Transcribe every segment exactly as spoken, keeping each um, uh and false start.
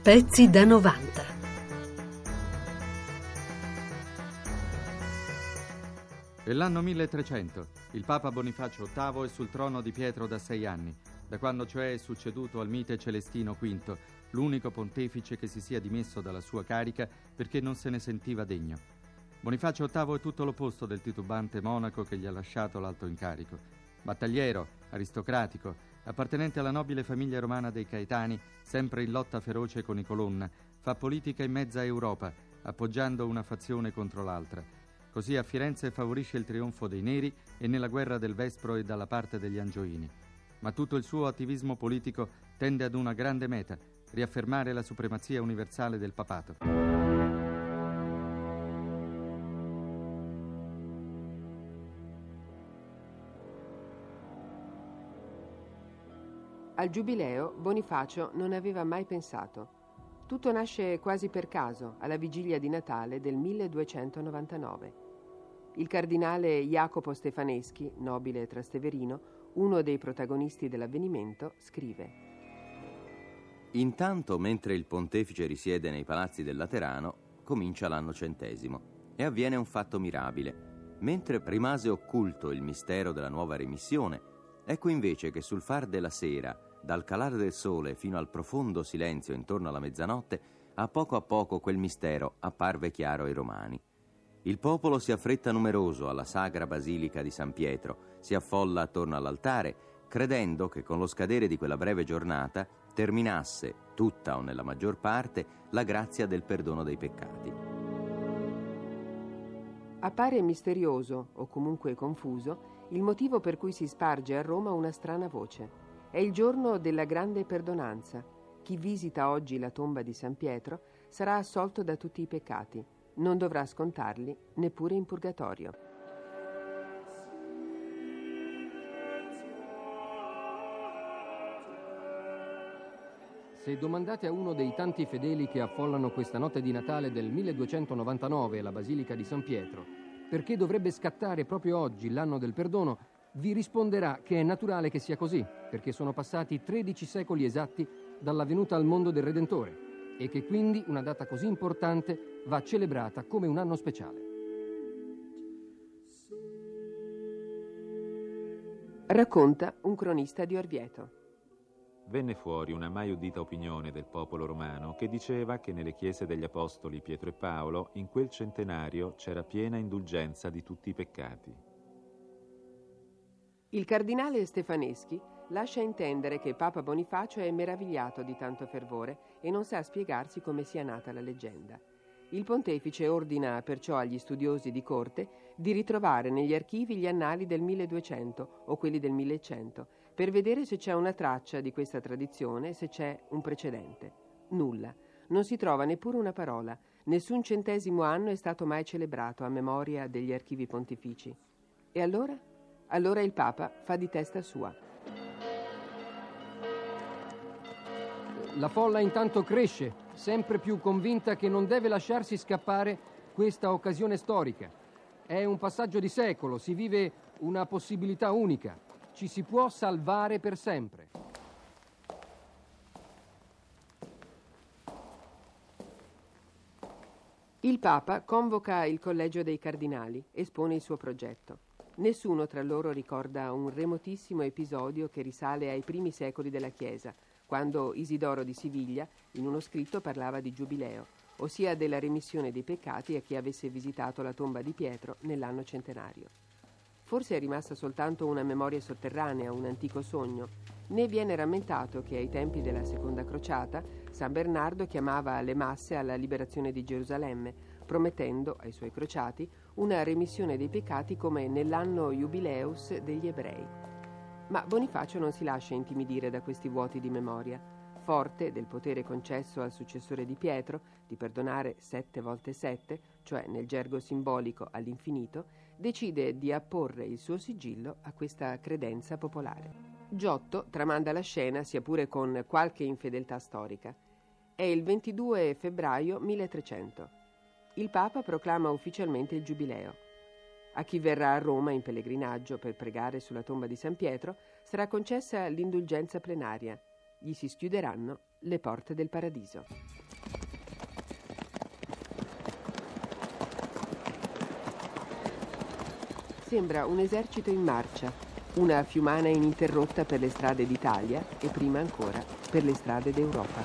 Pezzi da novanta. È l'anno milletrecento. Il Papa Bonifacio ottavo è sul trono di Pietro da sei anni, da quando cioè è succeduto al mite Celestino quinto, l'unico pontefice che si sia dimesso dalla sua carica perché non se ne sentiva degno. Bonifacio ottavo è tutto l'opposto del titubante monaco che gli ha lasciato l'alto incarico. Battagliero, aristocratico, appartenente alla nobile famiglia romana dei Caetani, sempre in lotta feroce con i Colonna, fa politica in mezza Europa, appoggiando una fazione contro l'altra. Così a Firenze favorisce il trionfo dei Neri e nella guerra del Vespro è dalla parte degli Angioini. Ma tutto il suo attivismo politico tende ad una grande meta: riaffermare la supremazia universale del papato. Al giubileo Bonifacio non aveva mai pensato. Tutto nasce quasi per caso, alla vigilia di Natale del milleduecentonovantanove. Il cardinale Jacopo Stefaneschi, nobile trasteverino, uno dei protagonisti dell'avvenimento, scrive: Intanto, mentre il pontefice risiede nei palazzi del Laterano, comincia l'anno centesimo e avviene un fatto mirabile. Mentre rimase occulto il mistero della nuova remissione, ecco invece che sul far della sera, dal calare del sole fino al profondo silenzio intorno alla mezzanotte, a poco a poco quel mistero apparve chiaro ai romani. Il popolo si affretta numeroso alla sagra basilica di San Pietro, si affolla attorno all'altare, credendo che con lo scadere di quella breve giornata terminasse, tutta o nella maggior parte, la grazia del perdono dei peccati. Appare misterioso, o comunque confuso, il motivo per cui si sparge a Roma una strana voce. È il giorno della grande perdonanza. Chi visita oggi la tomba di San Pietro sarà assolto da tutti i peccati. Non dovrà scontarli neppure in purgatorio. Se domandate a uno dei tanti fedeli che affollano questa notte di Natale del milleduecentonovantanove la Basilica di San Pietro perché dovrebbe scattare proprio oggi l'anno del perdono, vi risponderà che è naturale che sia così, perché sono passati tredici secoli esatti dalla venuta al mondo del Redentore e che quindi una data così importante va celebrata come un anno speciale. Racconta un cronista di Orvieto. Venne fuori una mai udita opinione del popolo romano che diceva che nelle chiese degli apostoli Pietro e Paolo in quel centenario c'era piena indulgenza di tutti i peccati. Il cardinale Stefaneschi lascia intendere che Papa Bonifacio è meravigliato di tanto fervore e non sa spiegarsi come sia nata la leggenda. Il pontefice ordina perciò agli studiosi di corte di ritrovare negli archivi gli annali del milleduecento o quelli del millecento per vedere se c'è una traccia di questa tradizione, se c'è un precedente. Nulla. Non si trova neppure una parola. Nessun centesimo anno è stato mai celebrato a memoria degli archivi pontifici. E allora? Allora il Papa fa di testa sua. La folla intanto cresce, sempre più convinta che non deve lasciarsi scappare questa occasione storica. È un passaggio di secolo, si vive una possibilità unica. Ci si può salvare per sempre. Il Papa convoca il collegio dei cardinali, espone il suo progetto. Nessuno tra loro ricorda un remotissimo episodio che risale ai primi secoli della Chiesa, quando Isidoro di Siviglia, in uno scritto, parlava di giubileo, ossia della remissione dei peccati a chi avesse visitato la tomba di Pietro nell'anno centenario. Forse è rimasta soltanto una memoria sotterranea, un antico sogno. Né viene rammentato che ai tempi della seconda crociata San Bernardo chiamava le masse alla liberazione di Gerusalemme, promettendo ai suoi crociati una remissione dei peccati come nell'anno Jubileus degli ebrei. Ma Bonifacio non si lascia intimidire da questi vuoti di memoria. Forte del potere concesso al successore di Pietro di perdonare sette volte sette, cioè nel gergo simbolico all'infinito, decide di apporre il suo sigillo a questa credenza popolare. Giotto tramanda la scena, sia pure con qualche infedeltà storica. È il ventidue febbraio milletrecento. Il Papa proclama ufficialmente il giubileo. A chi verrà a Roma in pellegrinaggio per pregare sulla tomba di San Pietro sarà concessa l'indulgenza plenaria. Gli si schiuderanno Le porte del paradiso. Sembra un esercito in marcia, una fiumana ininterrotta per le strade d'Italia e prima ancora per le strade d'Europa.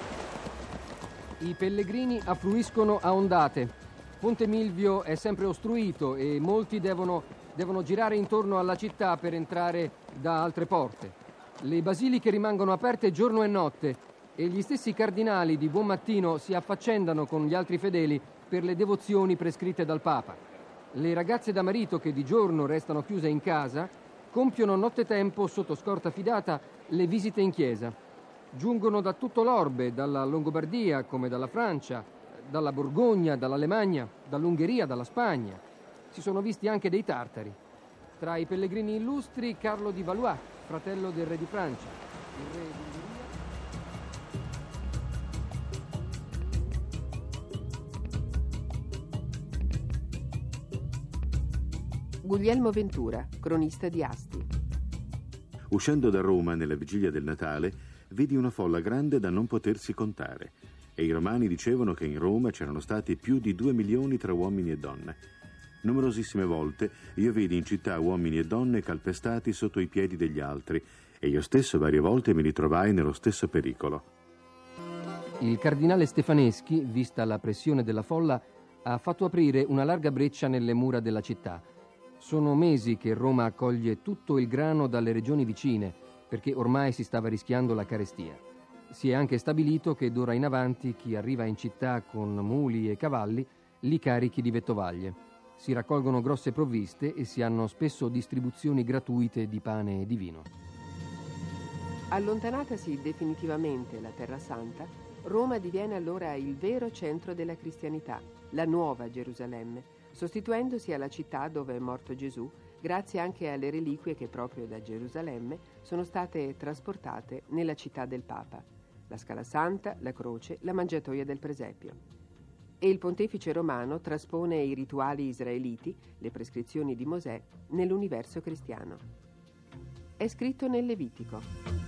I pellegrini affluiscono a ondate. Ponte Milvio è sempre ostruito e molti devono, devono girare intorno alla città per entrare da altre porte. Le basiliche rimangono aperte giorno e notte e gli stessi cardinali di buon mattino si affaccendano con gli altri fedeli per le devozioni prescritte dal Papa. Le ragazze da marito che di giorno restano chiuse in casa compiono nottetempo, sotto scorta fidata, le visite in chiesa. Giungono da tutto l'orbe, dalla Longobardia come dalla Francia, dalla Borgogna, dall'Alemagna, dall'Ungheria, dalla Spagna. Si sono visti anche dei tartari. Tra i pellegrini illustri Carlo di Valois, fratello del re di Francia. Il re d'Ungheria. Guglielmo Ventura, cronista di Asti. Uscendo da Roma nella vigilia del Natale, vidi una folla grande da non potersi contare, e i romani dicevano che in Roma c'erano stati più di due milioni tra uomini e donne. Numerosissime volte io vidi in città uomini e donne calpestati sotto i piedi degli altri, e io stesso varie volte mi ritrovai nello stesso pericolo. Il cardinale Stefaneschi, vista la pressione della folla, ha fatto aprire una larga breccia nelle mura della città. Sono mesi che Roma accoglie tutto il grano dalle regioni vicine, perché ormai si stava rischiando la carestia. Si è anche stabilito che d'ora in avanti chi arriva in città con muli e cavalli li carichi di vettovaglie. Si raccolgono grosse provviste e si hanno spesso distribuzioni gratuite di pane e di vino. Allontanatasi definitivamente la Terra Santa, Roma diviene allora il vero centro della cristianità, la nuova Gerusalemme, sostituendosi alla città dove è morto Gesù, grazie anche alle reliquie che proprio da Gerusalemme sono state trasportate nella città del Papa, la Scala Santa, la croce, la mangiatoia del presepio. E il pontefice romano traspone i rituali israeliti, le prescrizioni di Mosè, nell'universo cristiano. È scritto nel Levitico.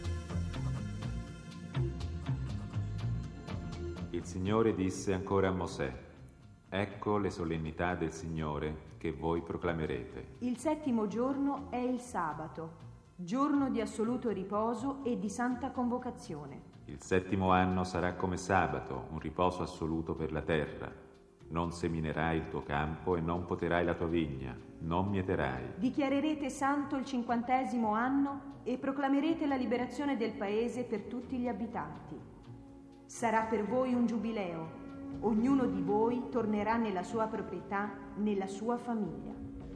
Il Signore disse ancora a Mosè: ecco le solennità del Signore che voi proclamerete. Il settimo giorno è il sabato, giorno di assoluto riposo e di santa convocazione. Il settimo anno sarà come sabato, un riposo assoluto per la terra. Non seminerai il tuo campo e non poterai la tua vigna, non mieterai. Dichiarerete santo il cinquantesimo anno e proclamerete la liberazione del paese per tutti gli abitanti. Sarà per voi un giubileo. Ognuno di voi tornerà nella sua proprietà, nella sua famiglia.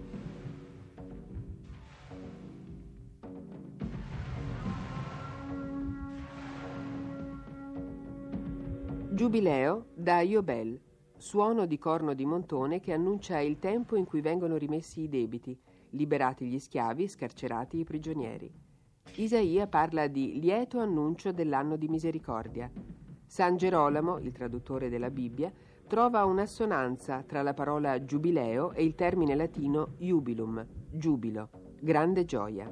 Giubileo da Iobel, suono di corno di montone che annuncia il tempo in cui vengono rimessi i debiti, liberati gli schiavi e scarcerati i prigionieri. Isaia parla di lieto annuncio dell'anno di misericordia. San Gerolamo, il traduttore della Bibbia, trova un'assonanza tra la parola giubileo e il termine latino iubilum, giubilo, grande gioia.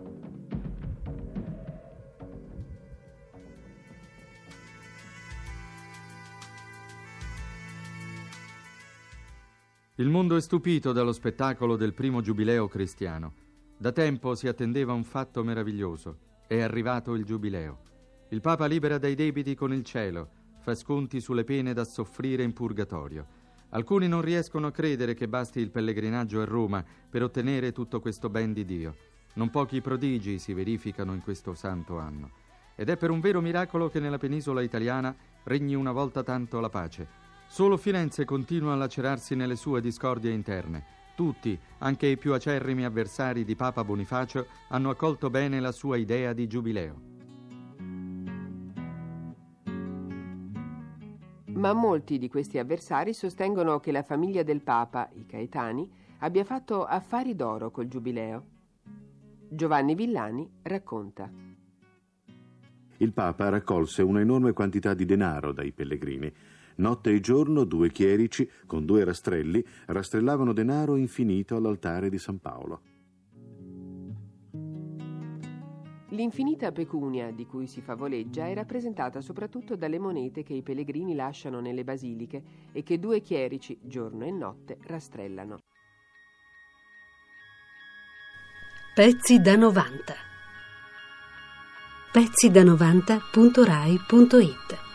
Il mondo è stupito dallo spettacolo del primo giubileo cristiano. Da tempo si attendeva un fatto meraviglioso. È arrivato il giubileo. Il Papa libera dai debiti con il cielo, fa sconti sulle pene da soffrire in purgatorio. Alcuni non riescono a credere che basti il pellegrinaggio a Roma per ottenere tutto questo ben di Dio. Non pochi prodigi si verificano in questo santo anno. Ed è per un vero miracolo che nella penisola italiana regni una volta tanto la pace. Solo Firenze continua a lacerarsi nelle sue discordie interne. Tutti, anche i più acerrimi avversari di Papa Bonifacio, hanno accolto bene la sua idea di giubileo. Ma molti di questi avversari sostengono che la famiglia del Papa, i Caetani, abbia fatto affari d'oro col giubileo. Giovanni Villani racconta. Il Papa raccolse una enorme quantità di denaro dai pellegrini. Notte e giorno due chierici con due rastrelli rastrellavano denaro infinito all'altare di San Paolo. L'infinita pecunia di cui si favoleggia è rappresentata soprattutto dalle monete che i pellegrini lasciano nelle basiliche e che due chierici, giorno e notte, rastrellano. Pezzi da novanta. pezzi da novanta punto rai punto it